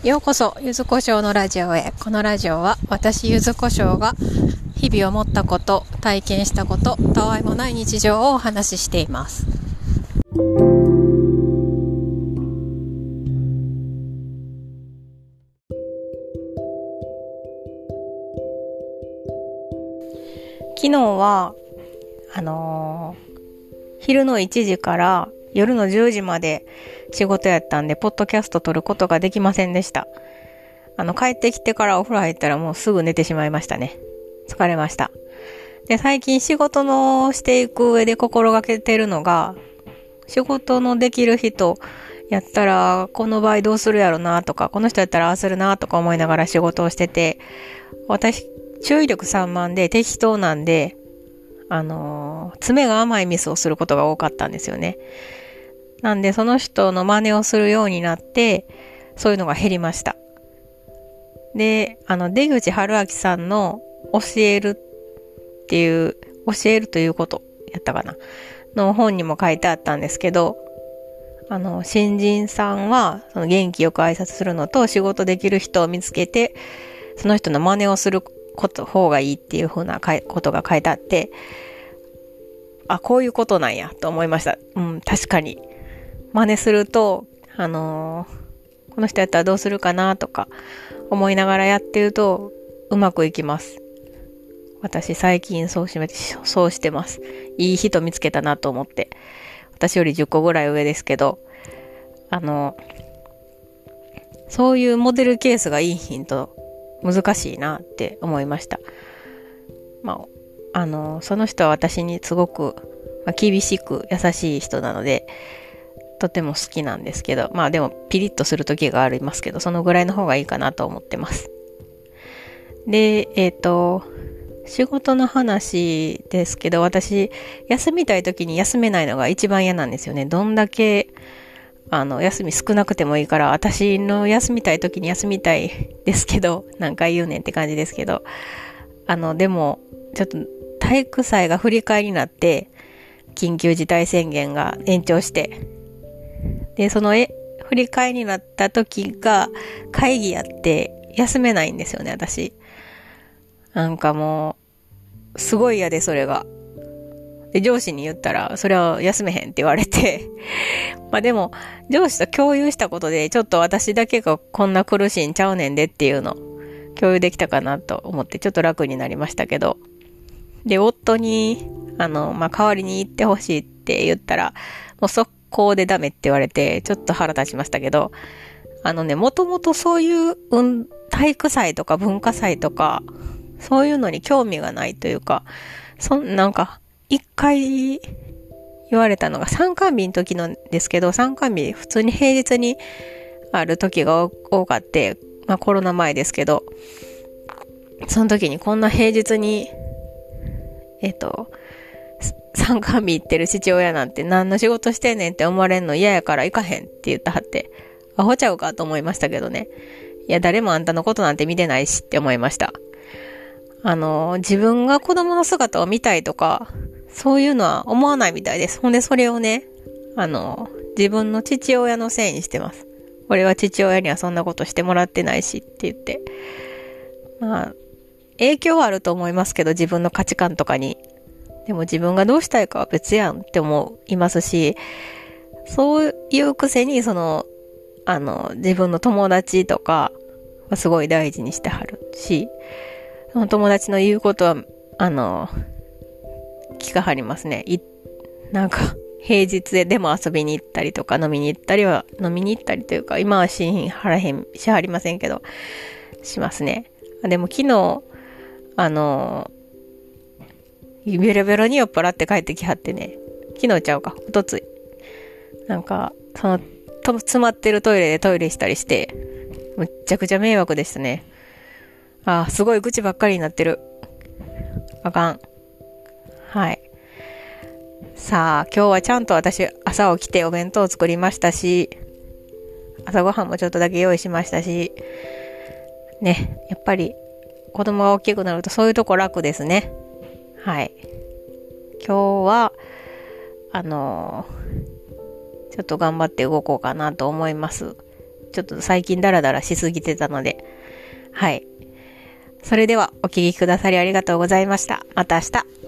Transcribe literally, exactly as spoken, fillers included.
ようこそゆずこしょうのラジオへ。このラジオは私ゆずこしょうが日々思ったこと、体験したこと、たわいもない日常をお話ししています。昨日はあのー、昼のいちじから夜のじゅうじまで仕事やったんで、ポッドキャスト撮ることができませんでした。あの、帰ってきてからお風呂入ったらもうすぐ寝てしまいましたね。疲れました。で、最近仕事のしていく上で心がけてるのが、仕事のできる人やったら、この場合どうするやろなとか、この人やったらああするなとか思いながら仕事をしてて、私、注意力散漫で適当なんで、あのー、爪が甘いミスをすることが多かったんですよね。なんでその人の真似をするようになって、そういうのが減りました。で、あの、出口春明さんの教えるっていう、教えるということやったかなの本にも書いてあったんですけど、あの、新人さんは、その元気よく挨拶するのと仕事できる人を見つけて、その人の真似をすること方がいいっていう風なことが書いてあって、あ、こういうことなんやと思いました。うん、確かに。真似すると、あのー、この人やったらどうするかなとか思いながらやってるとうまくいきます。私最近そうしめ、そうしてます。いい人見つけたなと思って。私よりじゅっこぐらい上ですけど、あのー、そういうモデルケースがいいヒント難しいなって思いました。まあ、あのー、その人は私にすごく、まあ、厳しく優しい人なので、とても好きなんですけど、まあでもピリッとする時がありますけど、そのぐらいの方がいいかなと思ってます。で、えっと、仕事の話ですけど、私、休みたい時に休めないのが一番嫌なんですよね。どんだけ、あの、休み少なくてもいいから、私の休みたい時に休みたいですけど、何回言うねんって感じですけど、あの、でも、ちょっと体育祭が振り替えになって、緊急事態宣言が延長して、で、そのえ、振り替えになった時が会議やって休めないんですよね、私。なんかもう、すごい嫌で、それが。で、上司に言ったら、それは休めへんって言われて。まあでも、上司と共有したことで、ちょっと私だけがこんな苦しいんちゃうねんでっていうの、共有できたかなと思って、ちょっと楽になりましたけど。で、夫に、あの、まあ、代わりに行ってほしいって言ったら、もう速攻でダメって言われて、ちょっと腹立ちましたけど、あのね、もともとそういう、うん、体育祭とか文化祭とか、そういうのに興味がないというか、そん、なんか、一回言われたのが参観日の時なんですけど、参観日普通に平日にある時が多かって、まあコロナ前ですけど、その時にこんな平日に、えっと、参観日行ってる父親なんて何の仕事してんねんって思われんの嫌やから行かへんって言ったはって、アホちゃうかと思いましたけどね。いや、誰もあんたのことなんて見てないしって思いました。あの、自分が子供の姿を見たいとか、そういうのは思わないみたいです。ほんでそれをね、あの、自分の父親のせいにしてます。俺は父親にはそんなことしてもらってないしって言って。まあ、影響はあると思いますけど、自分の価値観とかに。でも自分がどうしたいかは別やんって思いますし、そういうくせに、その、あの、自分の友達とかはすごい大事にしてはるし、その友達の言うことは、あの、聞かはりますね。い、なんか、平日でも遊びに行ったりとか、飲みに行ったりは、飲みに行ったりというか、今はしんはらへん、しはりませんけど、しますね。でも昨日、あの、ベロベロに酔っ払って帰ってきはってね、昨日ちゃうか、おとつい。なんか、その、と詰まってるトイレでトイレしたりして、むっちゃくちゃ迷惑でしたね。あー、すごい愚痴ばっかりになってる。あかん。はい。さあ、今日はちゃんと私、朝起きてお弁当を作りましたし、朝ごはんもちょっとだけ用意しましたし、ね、やっぱり、子供が大きくなるとそういうとこ楽ですね。はい。今日は、あのー、ちょっと頑張って動こうかなと思います。 ちょっと最近ダラダラしすぎてたので。はい。それではお聞きくださりありがとうございました。また明日。